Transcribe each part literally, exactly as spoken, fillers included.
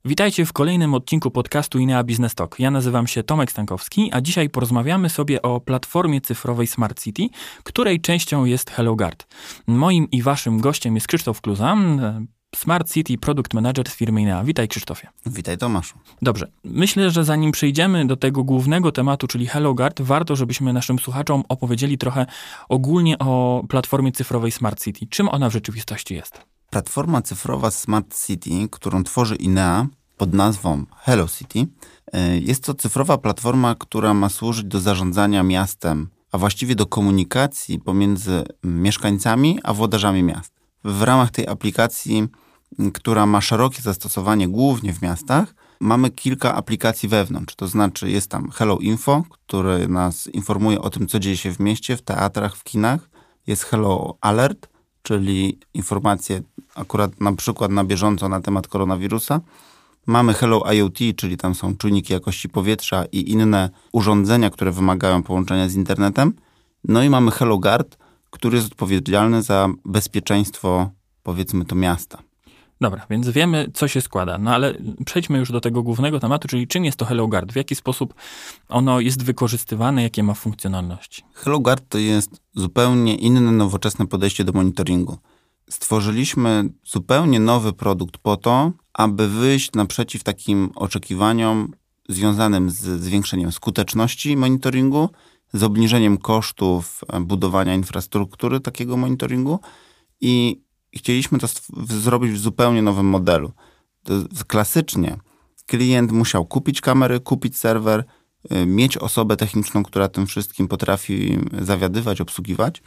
Witajcie w kolejnym odcinku podcastu Inea Business Talk. Ja nazywam się Tomek Stankowski, a dzisiaj porozmawiamy sobie o platformie cyfrowej Smart City, której częścią jest HelloGuard. Moim i waszym gościem jest Krzysztof Kluza, Smart City Product Manager z firmy Inea. Witaj, Krzysztofie. Witaj, Tomaszu. Dobrze. Myślę, że zanim przejdziemy do tego głównego tematu, czyli HelloGuard, warto, żebyśmy naszym słuchaczom opowiedzieli trochę ogólnie o platformie cyfrowej Smart City. Czym ona w rzeczywistości jest? Platforma cyfrowa Smart City, którą tworzy Inea pod nazwą Hello City, jest to cyfrowa platforma, która ma służyć do zarządzania miastem, a właściwie do komunikacji pomiędzy mieszkańcami a włodarzami miast. W ramach tej aplikacji, która ma szerokie zastosowanie głównie w miastach, mamy kilka aplikacji wewnątrz. To znaczy jest tam Hello Info, który nas informuje o tym, co dzieje się w mieście, w teatrach, w kinach. Jest Hello Alert, czyli informacje akurat na przykład na bieżąco na temat koronawirusa. Mamy Hello IoT, czyli tam są czujniki jakości powietrza i inne urządzenia, które wymagają połączenia z internetem. No i mamy HelloGuard, który jest odpowiedzialny za bezpieczeństwo, powiedzmy to, miasta. Dobra, więc wiemy, co się składa. No ale przejdźmy już do tego głównego tematu, czyli czym jest to HelloGuard? W jaki sposób ono jest wykorzystywane? Jakie ma funkcjonalności? HelloGuard to jest zupełnie inne, nowoczesne podejście do monitoringu. Stworzyliśmy zupełnie nowy produkt po to, aby wyjść naprzeciw takim oczekiwaniom związanym z zwiększeniem skuteczności monitoringu, z obniżeniem kosztów budowania infrastruktury takiego monitoringu i chcieliśmy to zrobić w zupełnie nowym modelu. To klasycznie klient musiał kupić kamery, kupić serwer, mieć osobę techniczną, która tym wszystkim potrafi zawiadywać, obsługiwać.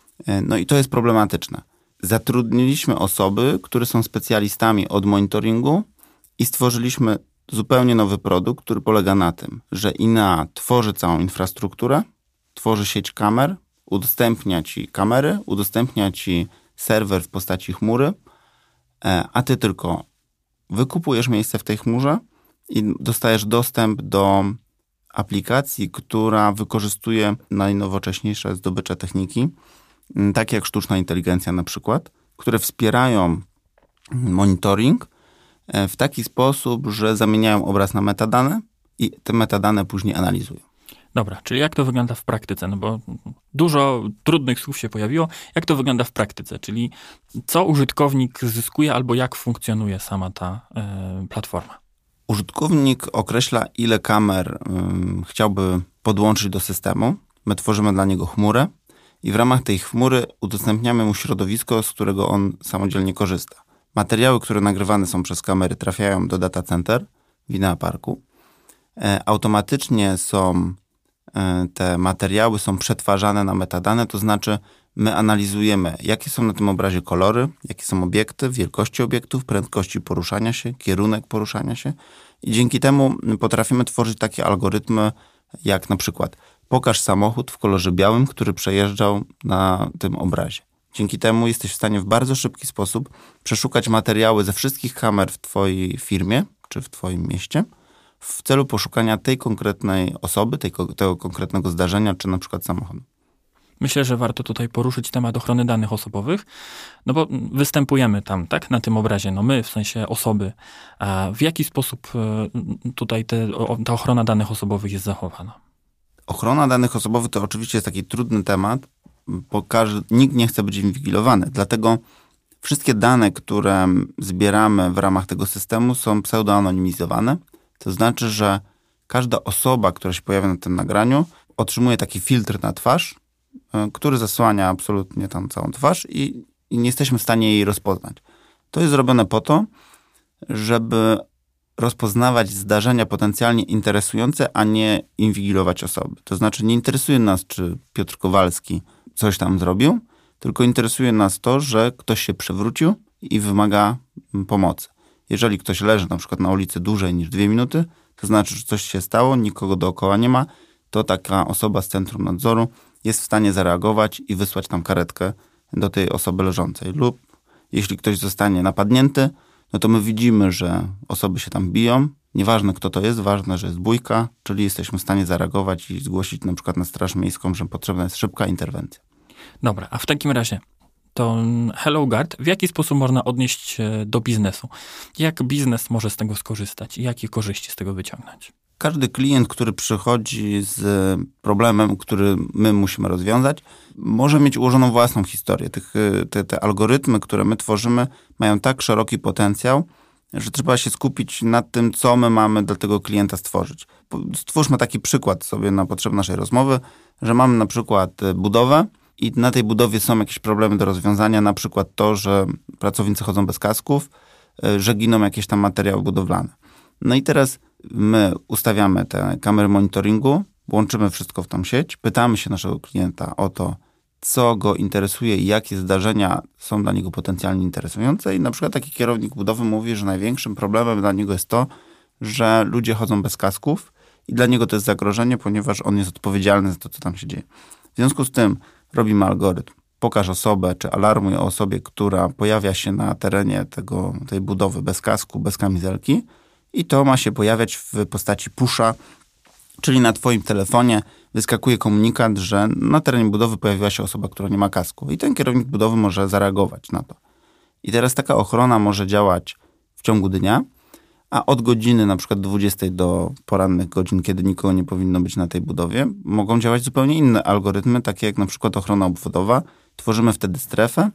No i to jest problematyczne. Zatrudniliśmy osoby, które są specjalistami od monitoringu i stworzyliśmy zupełnie nowy produkt, który polega na tym, że Inea tworzy całą infrastrukturę, tworzy sieć kamer, udostępnia ci kamery, udostępnia ci serwer w postaci chmury, a ty tylko wykupujesz miejsce w tej chmurze i dostajesz dostęp do aplikacji, która wykorzystuje najnowocześniejsze zdobycze techniki, takie jak sztuczna inteligencja na przykład, które wspierają monitoring w taki sposób, że zamieniają obraz na metadane i te metadane później analizują. Dobra, czyli jak to wygląda w praktyce? No bo dużo trudnych słów się pojawiło. Jak to wygląda w praktyce? Czyli co użytkownik zyskuje albo jak funkcjonuje sama ta y, platforma? Użytkownik określa, ile kamer y, chciałby podłączyć do systemu. My tworzymy dla niego chmurę i w ramach tej chmury udostępniamy mu środowisko, z którego on samodzielnie korzysta. Materiały, które nagrywane są przez kamery, trafiają do data center w Inea Parku. E, automatycznie są te materiały są przetwarzane na metadane, to znaczy my analizujemy, jakie są na tym obrazie kolory, jakie są obiekty, wielkości obiektów, prędkości poruszania się, kierunek poruszania się i dzięki temu potrafimy tworzyć takie algorytmy, jak na przykład pokaż samochód w kolorze białym, który przejeżdżał na tym obrazie. Dzięki temu jesteś w stanie w bardzo szybki sposób przeszukać materiały ze wszystkich kamer w twojej firmie czy w twoim mieście, w celu poszukania tej konkretnej osoby, tej, tego konkretnego zdarzenia, czy na przykład samochodu. Myślę, że warto tutaj poruszyć temat ochrony danych osobowych, no bo występujemy tam, tak, na tym obrazie, no my, w sensie osoby. A w jaki sposób tutaj te, ta ochrona danych osobowych jest zachowana? Ochrona danych osobowych to oczywiście jest taki trudny temat, bo każdy, nikt nie chce być inwigilowany, dlatego wszystkie dane, które zbieramy w ramach tego systemu, są pseudoanonimizowane. To znaczy, że każda osoba, która się pojawia na tym nagraniu, otrzymuje taki filtr na twarz, który zasłania absolutnie tam całą twarz i, i nie jesteśmy w stanie jej rozpoznać. To jest zrobione po to, żeby rozpoznawać zdarzenia potencjalnie interesujące, a nie inwigilować osoby. To znaczy nie interesuje nas, czy Piotr Kowalski coś tam zrobił, tylko interesuje nas to, że ktoś się przewrócił i wymaga pomocy. Jeżeli ktoś leży na przykład na ulicy dłużej niż dwie minuty, to znaczy, że coś się stało, nikogo dookoła nie ma, to taka osoba z centrum nadzoru jest w stanie zareagować i wysłać tam karetkę do tej osoby leżącej. Lub jeśli ktoś zostanie napadnięty, no to my widzimy, że osoby się tam biją. Nieważne kto to jest, ważne, że jest bójka, czyli jesteśmy w stanie zareagować i zgłosić na przykład na Straż Miejską, że potrzebna jest szybka interwencja. Dobra, a w takim razie to HelloGuard w jaki sposób można odnieść do biznesu? Jak biznes może z tego skorzystać i jakie korzyści z tego wyciągnąć? Każdy klient, który przychodzi z problemem, który my musimy rozwiązać, może mieć ułożoną własną historię. Tych, te, te algorytmy, które my tworzymy, mają tak szeroki potencjał, że trzeba się skupić nad tym, co my mamy dla tego klienta stworzyć. Stwórzmy taki przykład sobie na potrzeby naszej rozmowy, że mamy na przykład budowę i na tej budowie są jakieś problemy do rozwiązania, na przykład to, że pracownicy chodzą bez kasków, że giną jakieś tam materiały budowlane. No i teraz my ustawiamy te kamery monitoringu, łączymy wszystko w tą sieć, pytamy się naszego klienta o to, co go interesuje i jakie zdarzenia są dla niego potencjalnie interesujące. I na przykład taki kierownik budowy mówi, że największym problemem dla niego jest to, że ludzie chodzą bez kasków i dla niego to jest zagrożenie, ponieważ on jest odpowiedzialny za to, co tam się dzieje. W związku z tym robimy algorytm. Pokaż osobę, czy alarmuj o osobie, która pojawia się na terenie tego, tej budowy bez kasku, bez kamizelki i to ma się pojawiać w postaci pusha, czyli na twoim telefonie wyskakuje komunikat, że na terenie budowy pojawiła się osoba, która nie ma kasku i ten kierownik budowy może zareagować na to. I teraz taka ochrona może działać w ciągu dnia, a od godziny na przykład dwudziestej do porannych godzin, kiedy nikogo nie powinno być na tej budowie, mogą działać zupełnie inne algorytmy, takie jak na przykład ochrona obwodowa. Tworzymy wtedy strefę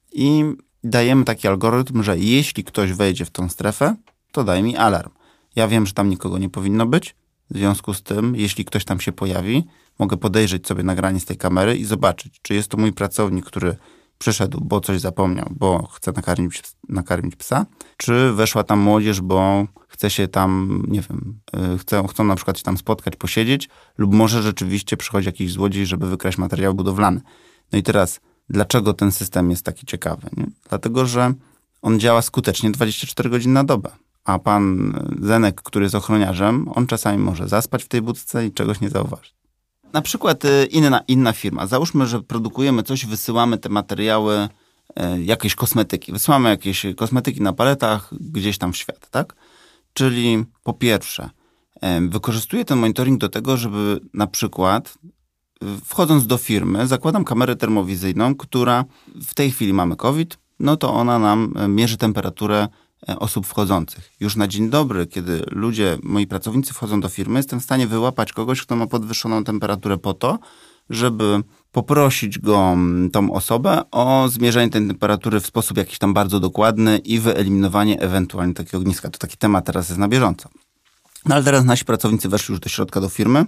i dajemy taki algorytm, że jeśli ktoś wejdzie w tą strefę, to daj mi alarm. Ja wiem, że tam nikogo nie powinno być. W związku z tym, jeśli ktoś tam się pojawi, mogę podejrzeć sobie nagranie z tej kamery i zobaczyć, czy jest to mój pracownik, który przyszedł, bo coś zapomniał, bo chce nakarmić, nakarmić psa, czy weszła tam młodzież, bo chce się tam, nie wiem, chcą, chcą na przykład się tam spotkać, posiedzieć, lub może rzeczywiście przychodzi jakiś złodziej, żeby wykraść materiał budowlany. No i teraz, dlaczego ten system jest taki ciekawy? Nie? Dlatego, że on działa skutecznie dwadzieścia cztery godziny na dobę. A pan Zenek, który jest ochroniarzem, on czasami może zaspać w tej budce i czegoś nie zauważyć. Na przykład inna, inna firma. Załóżmy, że produkujemy coś, wysyłamy te materiały, e, jakieś kosmetyki. Wysyłamy jakieś kosmetyki na paletach gdzieś tam w świat, tak? Czyli po pierwsze, e, wykorzystuję ten monitoring do tego, żeby na przykład e, wchodząc do firmy, zakładam kamerę termowizyjną, która w tej chwili mamy COVID, no to ona nam mierzy temperaturę osób wchodzących. Już na dzień dobry, kiedy ludzie, moi pracownicy wchodzą do firmy, jestem w stanie wyłapać kogoś, kto ma podwyższoną temperaturę po to, żeby poprosić go, tą osobę, o zmierzenie tej temperatury w sposób jakiś tam bardzo dokładny i wyeliminowanie ewentualnie takiego ogniska. To taki temat teraz jest na bieżąco. No ale teraz nasi pracownicy weszli już do środka do firmy.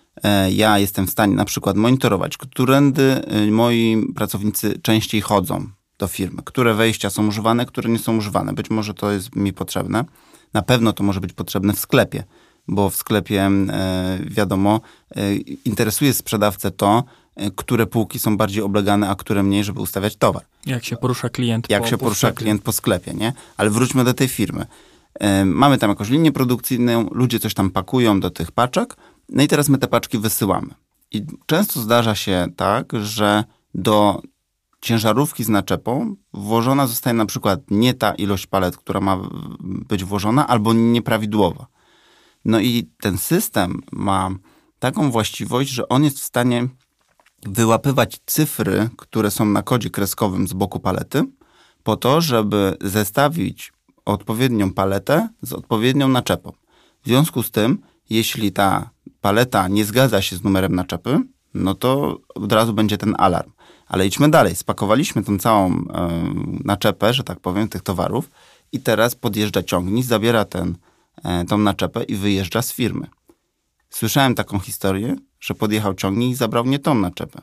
Ja jestem w stanie na przykład monitorować, którędy moi pracownicy częściej chodzą do firmy, które wejścia są używane, które nie są używane. Być może to jest mi potrzebne. Na pewno to może być potrzebne w sklepie, bo w sklepie e, wiadomo, e, interesuje sprzedawcę to, e, które półki są bardziej oblegane, a które mniej, żeby ustawiać towar. Jak się porusza klient Jak po, się po porusza sklepie. klient po sklepie, nie? Ale wróćmy do tej firmy. E, mamy tam jakąś linię produkcyjną, ludzie coś tam pakują do tych paczek, no i teraz my te paczki wysyłamy. I często zdarza się tak, że do ciężarówki z naczepą włożona zostaje na przykład nie ta ilość palet, która ma być włożona, albo nieprawidłowa. No i ten system ma taką właściwość, że on jest w stanie wyłapywać cyfry, które są na kodzie kreskowym z boku palety, po to, żeby zestawić odpowiednią paletę z odpowiednią naczepą. W związku z tym, jeśli ta paleta nie zgadza się z numerem naczepy, no to od razu będzie ten alarm. Ale idźmy dalej. Spakowaliśmy tą całą y, naczepę, że tak powiem, tych towarów i teraz podjeżdża ciągnik, zabiera ten, y, tą naczepę i wyjeżdża z firmy. Słyszałem taką historię, że podjechał ciągnik i zabrał nie tą naczepę.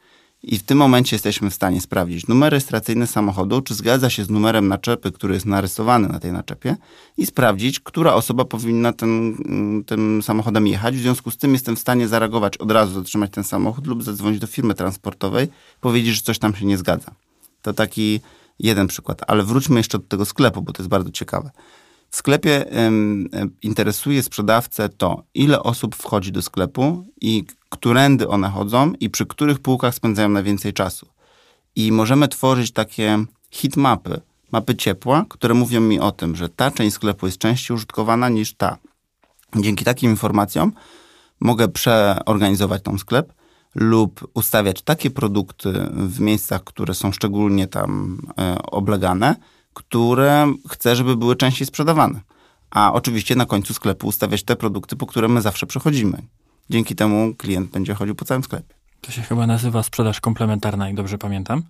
I w tym momencie jesteśmy w stanie sprawdzić numer rejestracyjny samochodu, czy zgadza się z numerem naczepy, który jest narysowany na tej naczepie i sprawdzić, która osoba powinna ten, tym samochodem jechać. W związku z tym jestem w stanie zareagować, od razu zatrzymać ten samochód lub zadzwonić do firmy transportowej, powiedzieć, że coś tam się nie zgadza. To taki jeden przykład. Ale wróćmy jeszcze do tego sklepu, bo to jest bardzo ciekawe. W sklepie ym, interesuje sprzedawcę to, ile osób wchodzi do sklepu i którędy one chodzą i przy których półkach spędzają najwięcej czasu. I możemy tworzyć takie heatmapy, mapy ciepła, które mówią mi o tym, że ta część sklepu jest częściej użytkowana niż ta. Dzięki takim informacjom mogę przeorganizować ten sklep, lub ustawiać takie produkty w miejscach, które są szczególnie tam e, oblegane, które chcę, żeby były częściej sprzedawane. A oczywiście na końcu sklepu ustawiać te produkty, po które my zawsze przechodzimy. Dzięki temu klient będzie chodził po całym sklepie. To się chyba nazywa sprzedaż komplementarna, jak dobrze pamiętam.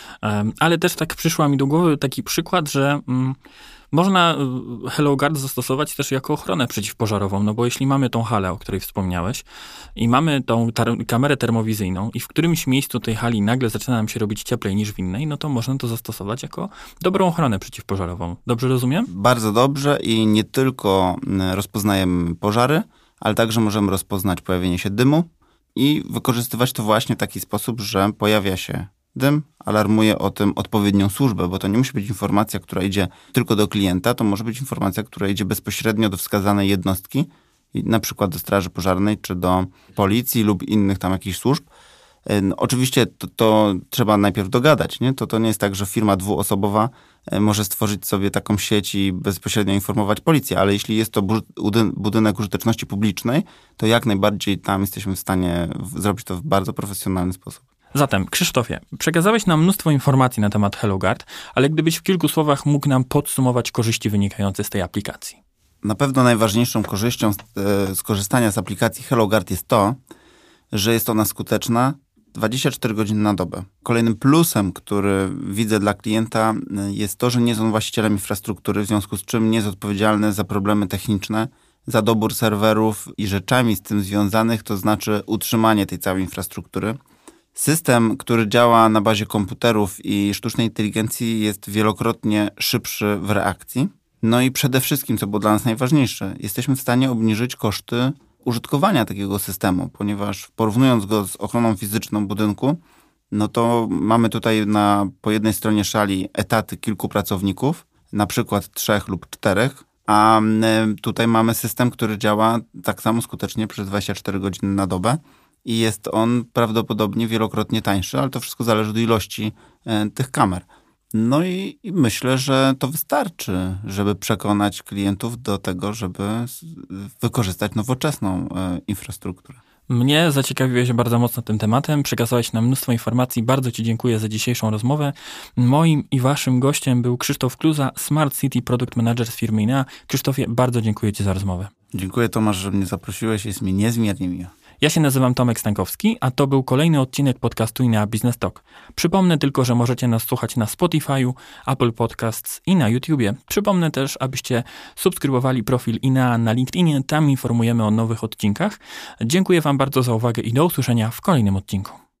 Ale też tak przyszła mi do głowy taki przykład, że mm, można HelloGuard zastosować też jako ochronę przeciwpożarową, no bo jeśli mamy tą halę, o której wspomniałeś, i mamy tą tar- kamerę termowizyjną i w którymś miejscu tej hali nagle zaczyna nam się robić cieplej niż w innej, no to można to zastosować jako dobrą ochronę przeciwpożarową. Dobrze rozumiem? Bardzo dobrze i nie tylko rozpoznajemy pożary, ale także możemy rozpoznać pojawienie się dymu i wykorzystywać to właśnie w taki sposób, że pojawia się dym, alarmuje o tym odpowiednią służbę, bo to nie musi być informacja, która idzie tylko do klienta, to może być informacja, która idzie bezpośrednio do wskazanej jednostki, na przykład do straży pożarnej, czy do policji lub innych tam jakichś służb. No, oczywiście to, to trzeba najpierw dogadać, nie? To, to nie jest tak, że firma dwuosobowa może stworzyć sobie taką sieć i bezpośrednio informować policję, ale jeśli jest to budynek użyteczności publicznej, to jak najbardziej tam jesteśmy w stanie zrobić to w bardzo profesjonalny sposób. Zatem, Krzysztofie, przekazałeś nam mnóstwo informacji na temat HelloGuard, ale gdybyś w kilku słowach mógł nam podsumować korzyści wynikające z tej aplikacji. Na pewno najważniejszą korzyścią z, z korzystania z aplikacji HelloGuard jest to, że jest ona skuteczna dwadzieścia cztery godziny na dobę. Kolejnym plusem, który widzę dla klienta, jest to, że nie jest on właścicielem infrastruktury, w związku z czym nie jest odpowiedzialny za problemy techniczne, za dobór serwerów i rzeczami z tym związanych, to znaczy utrzymanie tej całej infrastruktury. System, który działa na bazie komputerów i sztucznej inteligencji, jest wielokrotnie szybszy w reakcji. No i przede wszystkim, co było dla nas najważniejsze, jesteśmy w stanie obniżyć koszty użytkowania takiego systemu, ponieważ porównując go z ochroną fizyczną budynku, no to mamy tutaj na, po jednej stronie szali etaty kilku pracowników, na przykład trzech lub czterech, a tutaj mamy system, który działa tak samo skutecznie przez dwadzieścia cztery godziny na dobę i jest on prawdopodobnie wielokrotnie tańszy, ale to wszystko zależy od ilości e, tych kamer. No i, i myślę, że to wystarczy, żeby przekonać klientów do tego, żeby wykorzystać nowoczesną e, infrastrukturę. Mnie zaciekawiłeś bardzo mocno tym tematem, przekazałeś nam mnóstwo informacji, bardzo Ci dziękuję za dzisiejszą rozmowę. Moim i Waszym gościem był Krzysztof Kluza, Smart City Product Manager z firmy Inea. Krzysztofie, bardzo dziękuję Ci za rozmowę. Dziękuję, Tomasz, że mnie zaprosiłeś, jest mi niezmiernie miło. Ja się nazywam Tomek Stankowski, a to był kolejny odcinek podcastu Inea Business Talk. Przypomnę tylko, że możecie nas słuchać na Spotify'u, Apple Podcasts i na YouTubie. Przypomnę też, abyście subskrybowali profil Inea na LinkedInie, tam informujemy o nowych odcinkach. Dziękuję Wam bardzo za uwagę i do usłyszenia w kolejnym odcinku.